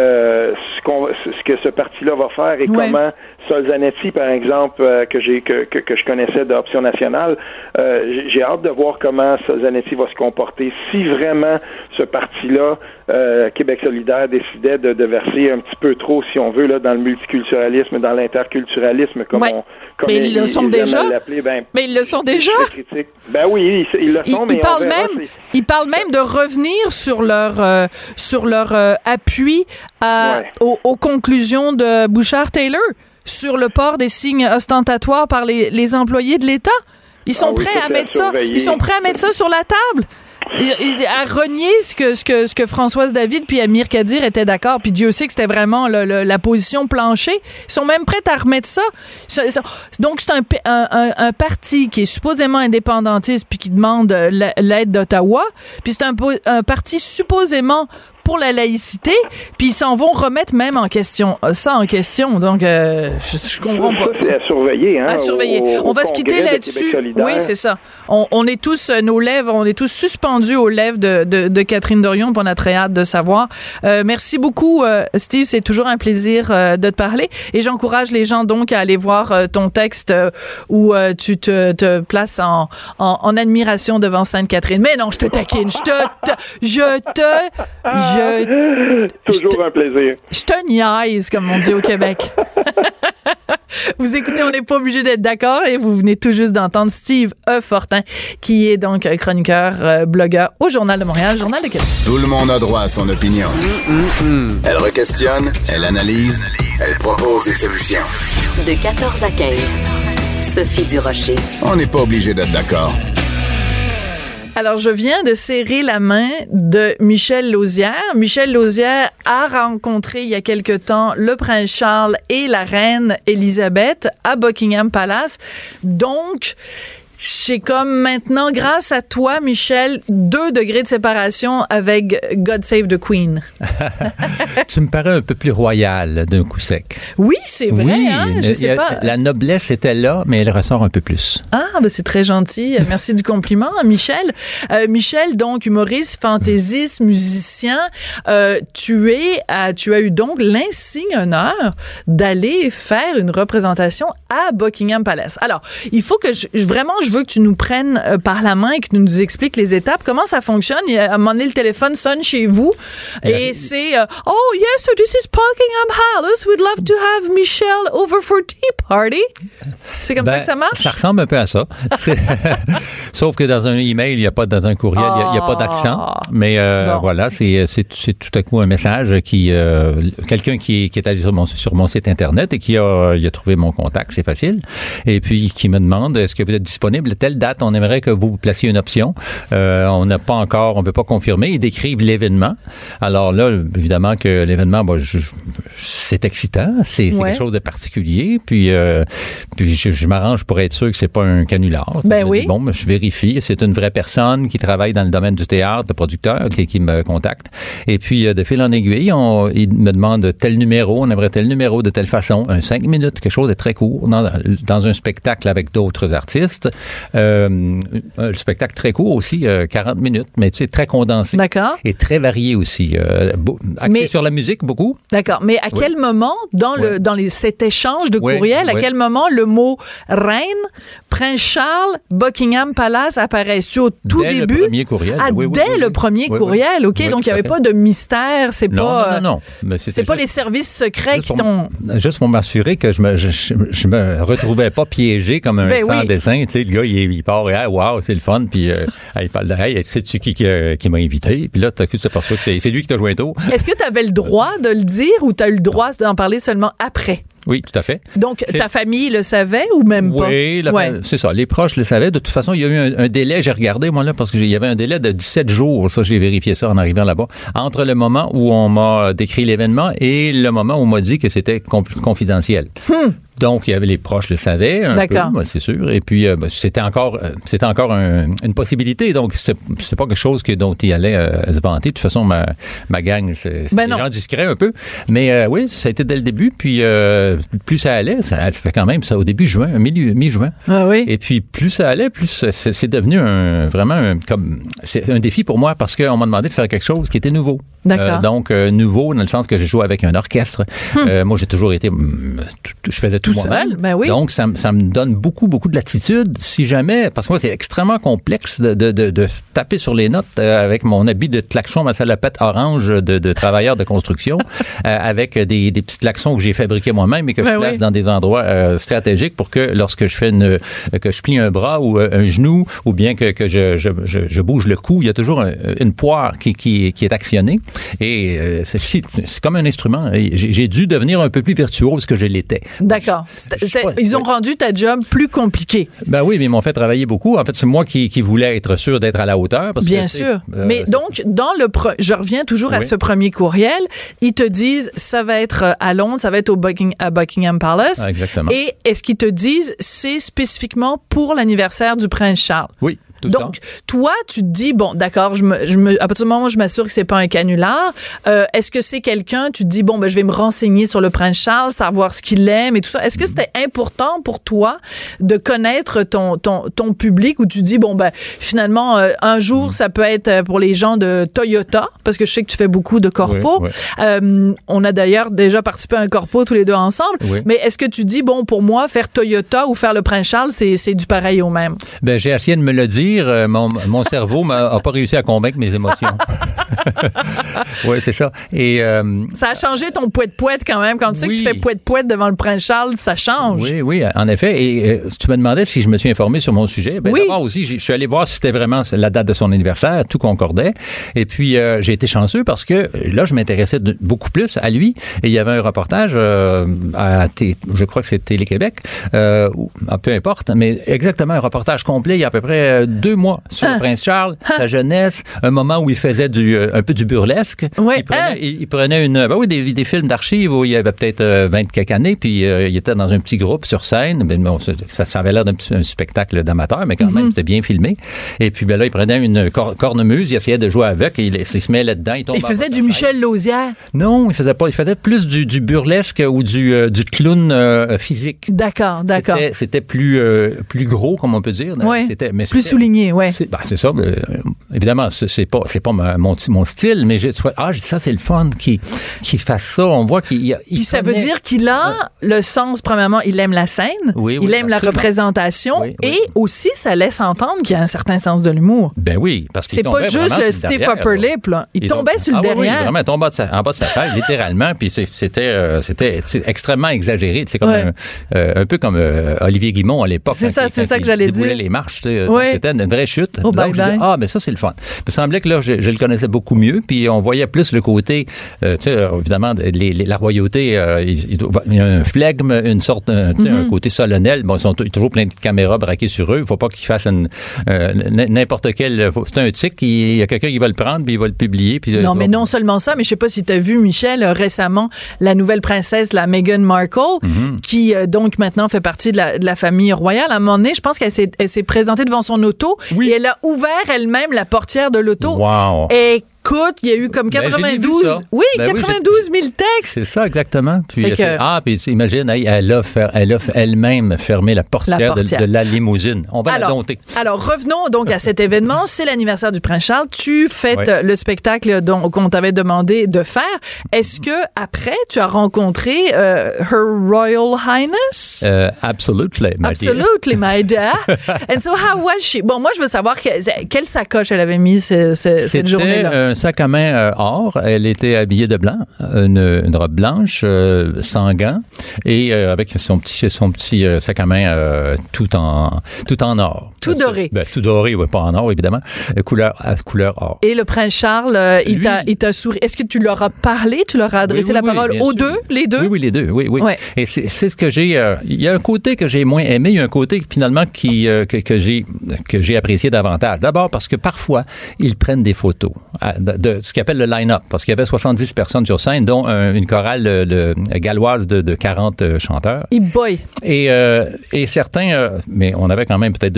ce que ce parti-là va faire et comment Sol-Zanetti, par exemple, que je connaissais d'Option nationale, j'ai hâte de voir comment Sol-Zanetti va se comporter. Si vraiment ce parti-là, Québec solidaire, décidait de verser un petit peu trop, si on veut, là, dans le multiculturalisme, dans l'interculturalisme, comme ils le sont déjà. Mais ils le sont déjà. Ben oui, ils le sont. Ils parlent même de revenir sur leur appui aux conclusions de Bouchard-Taylor sur le port des signes ostentatoires par les employés de l'État. Ils sont prêts à mettre ça. Ils sont prêts à mettre ça sur la table. À renier ce que Françoise David puis Amir Kadir étaient d'accord, puis Dieu sait que c'était vraiment la position plancher. Ils sont même prêts à remettre ça. Donc c'est un parti qui est supposément indépendantiste puis qui demande l'aide d'Ottawa, puis c'est un parti supposément pour la laïcité, puis ils s'en vont remettre même en question donc je comprends pas. C'est à surveiller, hein. À surveiller. On va se quitter là-dessus. Oui, c'est ça. On est tous on est tous suspendus aux lèvres de Catherine Dorion, puis on a très hâte de savoir. Merci beaucoup, Steve, c'est toujours un plaisir de te parler, et j'encourage les gens donc à aller voir ton texte où tu te places en admiration devant Sainte-Catherine. Mais non, je te taquine, toujours un plaisir. Je te niaise, comme on dit au Québec. Vous écoutez, on n'est pas obligé d'être d'accord, et vous venez tout juste d'entendre Steve E. Fortin, qui est donc chroniqueur, blogueur au Journal de Montréal, Journal de Québec. Tout le monde a droit à son opinion. Elle requestionne, elle analyse, elle propose des solutions. De 14 à 15, Sophie Durocher. On n'est pas obligé d'être d'accord. Alors, je viens de serrer la main de Michel Lauzière. Michel Lauzière a rencontré il y a quelque temps le prince Charles et la reine Élisabeth à Buckingham Palace. Donc, c'est comme maintenant, grâce à toi, Michel, 2 degrés de séparation avec God Save the Queen. Tu me parais un peu plus royal d'un coup sec. Oui, c'est vrai, oui, hein? Je sais pas. La noblesse était là, mais elle ressort un peu plus. Ah, ben c'est très gentil. Merci du compliment, Michel. Michel, donc, humoriste, fantaisiste, musicien, tu as eu donc l'insigne honneur d'aller faire une représentation à Buckingham Palace. Alors, il faut que je veux que tu nous prennes par la main et que tu nous expliques les étapes. Comment ça fonctionne? À un moment donné, le téléphone sonne chez vous et c'est « Oh, yes, so this is Buckingham Palace. We'd love to have Michelle over for tea party. » C'est comme ça que ça marche? Ça ressemble un peu à ça. Sauf que dans un email, il n'y a pas, dans un courriel, il n'y a pas d'accent. Mais voilà, c'est tout à coup un message quelqu'un qui est allé sur mon site Internet et qui a trouvé mon contact, c'est facile. Et puis, qui me demande, est-ce que vous êtes disponible telle date, on aimerait que vous placiez une option. On n'a pas encore, on ne peut pas confirmer. Ils décrivent l'événement. Alors là, évidemment que l'événement, c'est excitant, c'est quelque chose de particulier. Puis je m'arrange pour être sûr que c'est pas un canular. Ben oui. Bon, je vérifie. C'est une vraie personne qui travaille dans le domaine du théâtre, le producteur, qui me contacte. Et puis de fil en aiguille, il me demande tel numéro, on aimerait tel numéro de telle façon, un 5 minutes, quelque chose de très court, dans un spectacle avec d'autres artistes. Un spectacle très court aussi, 40 minutes, mais tu sais, très condensé. D'accord. Et très varié aussi. Axé sur la musique, beaucoup. D'accord. Mais à quel moment, dans cet échange de courriel, à quel moment le mot reine, prince Charles, Buckingham Palace apparaît? Au tout début? Dès le premier courriel. Dès le premier courriel, OK? Donc, il n'y avait pas de mystère. C'est pas... Non. Mais c'est pas les services secrets qui t'ont... Juste pour m'assurer que je me retrouvais pas piégé comme un sans dessin. Tu sais, le gars, il part, hey, wow, c'est le fun, puis il parle de, hey, sais-tu qui m'a invité? Puis là, tu t'aperçois que c'est lui qui t'a joint tôt. Est-ce que tu avais le droit de le dire ou tu as eu le droit d'en parler seulement après? Oui, tout à fait. Donc, ta famille le savait ou même pas? Oui, c'est ça. Les proches le savaient. De toute façon, il y a eu un délai, j'ai regardé, moi, là, parce qu'il y avait un délai de 17 jours. Ça, j'ai vérifié ça en arrivant là-bas. Entre le moment où on m'a décrit l'événement et le moment où on m'a dit que c'était confidentiel. Donc, il y avait les proches le savaient, un peu, c'est sûr. Et puis, c'était encore une possibilité. Donc, c'est pas quelque chose dont il allait se vanter. De toute façon, ma gang, c'est des gens discrets un peu. Mais oui, ça a été dès le début. Puis, plus ça allait, ça fait quand même ça au début juin, mi-juin. Ah oui. Et puis, plus ça allait, plus c'est devenu c'est un défi pour moi parce qu'on m'a demandé de faire quelque chose qui était nouveau. D'accord. Donc, nouveau dans le sens que j'ai joué avec un orchestre. Moi, j'ai toujours été... je faisais tout moi-même. Ben oui. Donc, ça me donne beaucoup de latitude si jamais... Parce que moi, c'est extrêmement complexe de taper sur les notes avec mon habit de klaxon, ma salopette orange de travailleur de construction, avec des petits klaxons que j'ai fabriqués moi-même et que je place dans des endroits stratégiques pour que lorsque je fais que je plie un bras ou un genou ou bien que je bouge le cou, il y a toujours une poire qui est actionnée. Et c'est comme un instrument. J'ai dû devenir un peu plus virtuose que je l'étais. D'accord. Ils ont rendu ta job plus compliquée. Ben oui, mais ils m'ont fait travailler beaucoup. En fait, c'est moi qui voulais être sûr d'être à la hauteur. Bien sûr. Mais donc, je reviens toujours à ce premier courriel. Ils te disent, ça va être à Londres, ça va être à Buckingham Palace. Ah, exactement. Et est-ce qu'ils te disent, c'est spécifiquement pour l'anniversaire du prince Charles? Oui. Donc, toi, tu te dis, bon, d'accord, à partir du moment où je m'assure que c'est pas un canular, est-ce que c'est quelqu'un, tu te dis, bon, je vais me renseigner sur le prince Charles, savoir ce qu'il aime et tout ça. Est-ce que c'était important pour toi de connaître ton public où tu dis, bon, finalement, un jour, ça peut être pour les gens de Toyota, parce que je sais que tu fais beaucoup de corpos. Oui. On a d'ailleurs déjà participé à un corpo tous les deux ensemble. Oui. Mais est-ce que tu dis, bon, pour moi, faire Toyota ou faire le prince Charles, c'est du pareil au même? Ben, j'ai essayé de me le dire. Mon cerveau n'a pas réussi à convaincre mes émotions. Oui, c'est ça. Et ça a changé ton poète-poète quand même. Quand tu sais que tu fais poète-poète devant le prince Charles, ça change. Oui, en effet. Et tu me demandais si je me suis informé sur mon sujet. Ben, d'abord aussi, je suis allé voir si c'était vraiment la date de son anniversaire. Tout concordait. Et puis, j'ai été chanceux parce que là, je m'intéressais beaucoup plus à lui. Et il y avait un reportage je crois que c'est Télé-Québec, peu importe, mais exactement un reportage complet il y a à peu près 2 mois sur le prince Charles, sa jeunesse, un moment où il faisait un peu du burlesque. Ouais. Il prenait des films d'archives où il y avait peut-être 20 quelques années, puis il était dans un petit groupe sur scène. Ben, bon, ça avait l'air d'un spectacle d'amateur, mais quand même, c'était bien filmé. Et puis là, il prenait une cornemuse, il essayait de jouer avec, il se mêlait dedans. Il faisait du Michel Lausière? Non, il faisait pas. Il faisait plus du burlesque ou du clown physique. D'accord. C'était plus gros, comme on peut dire. Oui. Plus souligné, oui. C'est ça. Évidemment, c'est pas mon style, mais ça, c'est le fun qu'il fasse ça. On voit qu'il Puis ça veut dire qu'il a le sens, premièrement, il aime la scène, il aime la représentation, et aussi, ça laisse entendre qu'il a un certain sens de l'humour. Ben oui, parce qu'il c'est pas juste le stiff upper lip, là. Il tombait sur le derrière. Oui, vraiment, il tombait en bas de sa tête, littéralement, puis c'était extrêmement exagéré. C'est comme un peu comme Olivier Guimond à l'époque. C'est ça que j'allais dire. Il déboulait les marches, c'était une vraie chute. Donc, je disais, mais ça, c'est le fun. Il me semblait que là, je le connaissais beaucoup mieux, puis on voyait plus le côté, évidemment, la royauté, il y a un flegme, une sorte, un côté solennel. Bon, ils sont toujours plein de caméras braquées sur eux. Il ne faut pas qu'ils fassent n'importe quel... C'est un tic, il y a quelqu'un qui va le prendre, puis il va le publier. Puis non, mais non seulement ça, mais je ne sais pas si tu as vu, Michel, récemment, la nouvelle princesse, la Meghan Markle, qui, donc, maintenant fait partie de la famille royale. À un moment donné, je pense qu'elle s'est présentée devant son auto et elle a ouvert elle-même la portière de l'auto. Wow! Écoute, il y a eu comme 92 000 textes. C'est ça, exactement. Puis, imagine, elle a elle-même fermé la portière. De la limousine. On va la dompter. Alors, revenons donc à cet événement. C'est l'anniversaire du prince Charles. Tu fêtes le spectacle qu'on t'avait demandé de faire. Est-ce que après, tu as rencontré Her Royal Highness? Absolutely, my dear. Absolutely, my dear. And so, how was she? Bon, moi, je veux savoir quelle sacoche elle avait mis cette journée-là. sac à main or. Elle était habillée de blanc, une robe blanche, sans gants, et avec son petit sac à main tout en or. Tout doré. Tout doré, oui, pas en or, évidemment. Couleur or. Et le prince Charles, il t'a souri. Est-ce que tu leur as parlé? Tu leur as adressé la parole aux deux, les deux? Oui, les deux, oui. Ouais. Et c'est ce que j'ai... il y a un côté que j'ai moins aimé, il y a un côté finalement que j'ai apprécié davantage. D'abord parce que parfois, ils prennent des photos de ce qu'ils appellent le line-up, parce qu'il y avait 70 personnes sur scène, dont une chorale galloise de 40 chanteurs. Et certains, mais on avait quand même peut-être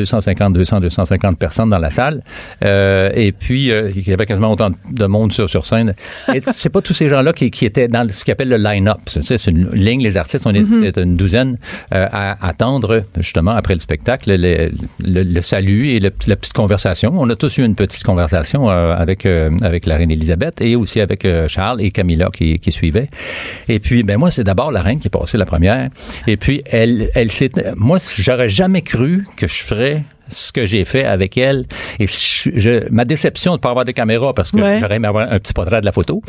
250 personnes dans la salle, et puis il y avait quasiment autant de monde sur scène. Et c'est pas tous ces gens-là qui étaient dans ce qu'ils appellent le line-up. C'est une ligne, les artistes, on est une douzaine à attendre, justement, après le spectacle, le salut et la petite conversation. On a tous eu une petite conversation avec la reine Élisabeth et aussi avec Charles et Camilla qui suivaient. Et puis, moi, c'est d'abord la reine qui est passée la première. Et puis, moi, j'aurais jamais cru que je ferais ce que j'ai fait avec elle. Et ma déception de ne pas avoir de caméra, parce que j'aurais aimé avoir un petit portrait de la photo.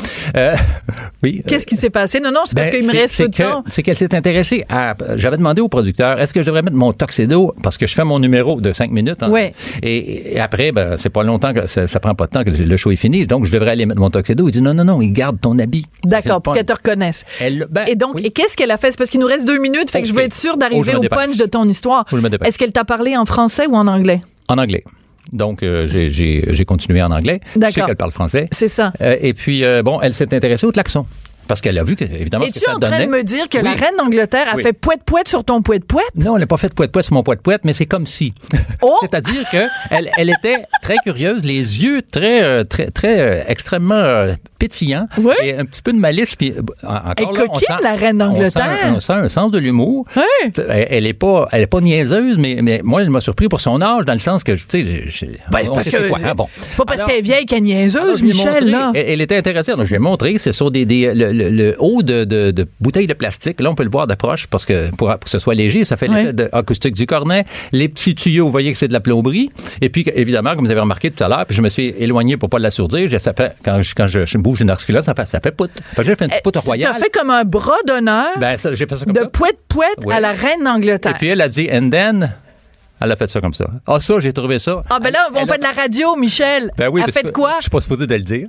Oui. Qu'est-ce qui s'est passé? Non, c'est parce qu'il me reste peu de temps. C'est qu'elle s'est intéressée à... J'avais demandé au producteur, est-ce que je devrais mettre mon tuxedo? Parce que je fais mon numéro de 5 minutes. Hein, et après, c'est pas longtemps que ça prend pas de temps que le show est fini. Donc, je devrais aller mettre mon tuxedo. Il dit non, il garde ton habit. D'accord, pour qu'elle te reconnaisse. Et qu'est-ce qu'elle a fait? C'est parce qu'il nous reste 2 minutes, fait que je veux être sûr d'arriver au punch de ton histoire. Est-ce qu'elle t'a parlé en français ou en anglais? En anglais. Donc, j'ai continué en anglais. D'accord. Je sais qu'elle parle français. C'est ça. Et puis, elle s'est intéressée au klaxon. Parce qu'elle a vu que, évidemment, ce que ça donnait. Es-tu en train de me dire que la reine d'Angleterre a fait pouette-pouette sur ton pouette-pouette? Non, elle n'a pas fait pouette-pouette sur mon pouette-pouette, mais c'est comme si. C'est-à-dire qu'elle était très curieuse, les yeux très extrêmement pétillants, et un petit peu de malice. Puis, encore elle est coquine, la reine d'Angleterre. On sent un sens de l'humour. Oui. Elle est pas niaiseuse, mais moi, elle m'a surpris pour son âge, dans le sens que, tu sais, parce que, quoi, hein, bon. Pas parce qu'elle est vieille qu'elle est niaiseuse, Michel, là. Elle était intéressée. Donc, je lui ai montré, c'est sur le haut de bouteilles de plastique. Là, on peut le voir d'approche parce que pour que ce soit léger, ça fait l'effet acoustique du cornet. Les petits tuyaux, vous voyez que c'est de la plomberie. Et puis, évidemment, comme vous avez remarqué tout à l'heure, puis je me suis éloigné pour pas l'assourdir. Ça fait, quand je bouge une articulation, ça fait pout. J'ai fait une petite poute royale. Tu t'as fait comme un bras d'honneur j'ai fait ça comme ça. De pouette-pouette à la reine d'Angleterre. Et puis, elle a dit, and then... Elle a fait ça comme ça. Ça, j'ai trouvé ça. Ah, là, on fait de la radio, Michel. Oui, elle a fait quoi? Je suis pas supposé de le dire.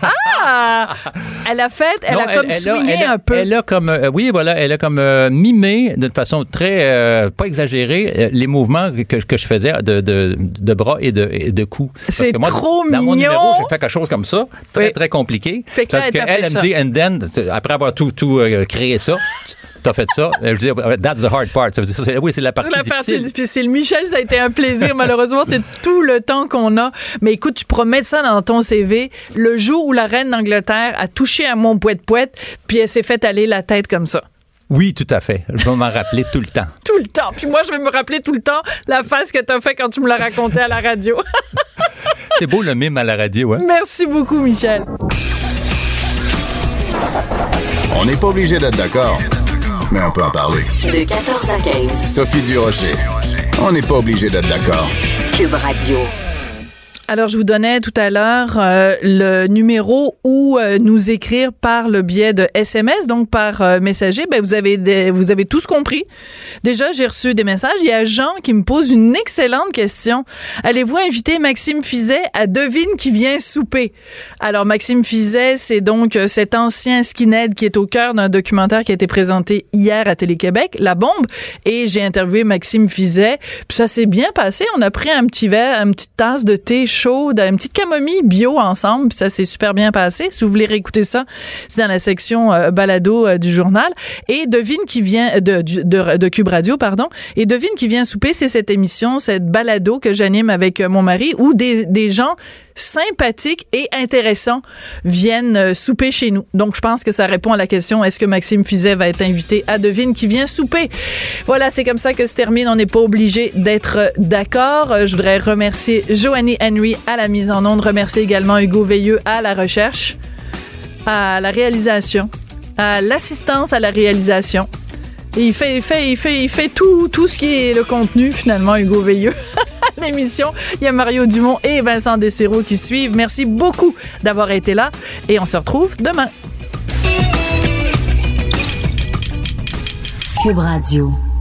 Elle a comme swingé un peu. Elle a comme, elle a comme mimé d'une façon très, pas exagérée, les mouvements que je faisais de bras et de cou. C'est trop mignon. Dans mon numéro, j'ai fait quelque chose comme ça, très, très compliqué. Parce qu'elle me dit, and then, après avoir tout créé ça, t'as fait ça. Je dis, that's the hard part. C'est la partie difficile. Michel, ça a été un plaisir. Malheureusement, c'est tout le temps qu'on a. Mais écoute, tu pourras mettre ça dans ton CV. Le jour où la reine d'Angleterre a touché à mon pouette-pouette, puis elle s'est fait aller la tête comme ça. Oui, tout à fait. Je vais m'en rappeler tout le temps. Tout le temps. Puis moi, je vais me rappeler tout le temps la face que t'as fait quand tu me l'as raconté à la radio. C'est beau le mime à la radio, hein? Merci beaucoup, Michel. On n'est pas obligé d'être d'accord, mais on peut en parler. De 14 à 15. Sophie Durocher. On n'est pas obligé d'être d'accord. Cube Radio. Alors, je vous donnais tout à l'heure le numéro où nous écrire par le biais de SMS, donc par messager. Vous avez tous compris. Déjà, j'ai reçu des messages. Il y a Jean qui me pose une excellente question. Allez-vous inviter Maxime Fizet à Devine qui vient souper? Alors, Maxime Fizet, c'est donc cet ancien skinhead qui est au cœur d'un documentaire qui a été présenté hier à Télé-Québec, La Bombe. Et j'ai interviewé Maxime Fizet. Puis ça s'est bien passé. On a pris un petit verre, une petite tasse de thé chaud, une petite camomille bio ensemble, puis ça s'est super bien passé. Si vous voulez réécouter ça, c'est dans la section balado du journal. Et Devine qui vient de Cube Radio, pardon. Et Devine qui vient souper, c'est cette émission, cette balado que j'anime avec mon mari, où des gens sympathiques et intéressants viennent souper chez nous. Donc, je pense que ça répond à la question, est-ce que Maxime Fizet va être invité à Devine qui vient souper? Voilà, c'est comme ça que se termine. On n'est pas obligé d'être d'accord. Je voudrais remercier Joanie Henry à la mise en onde, remercier également Hugo Veilleux à la recherche, à la réalisation, à l'assistance à la réalisation. Et il fait tout ce qui est le contenu, finalement, Hugo Veilleux. l'émission. Il y a Mario Dumont et Vincent Dessereau qui suivent. Merci beaucoup d'avoir été là et on se retrouve demain. Cube Radio.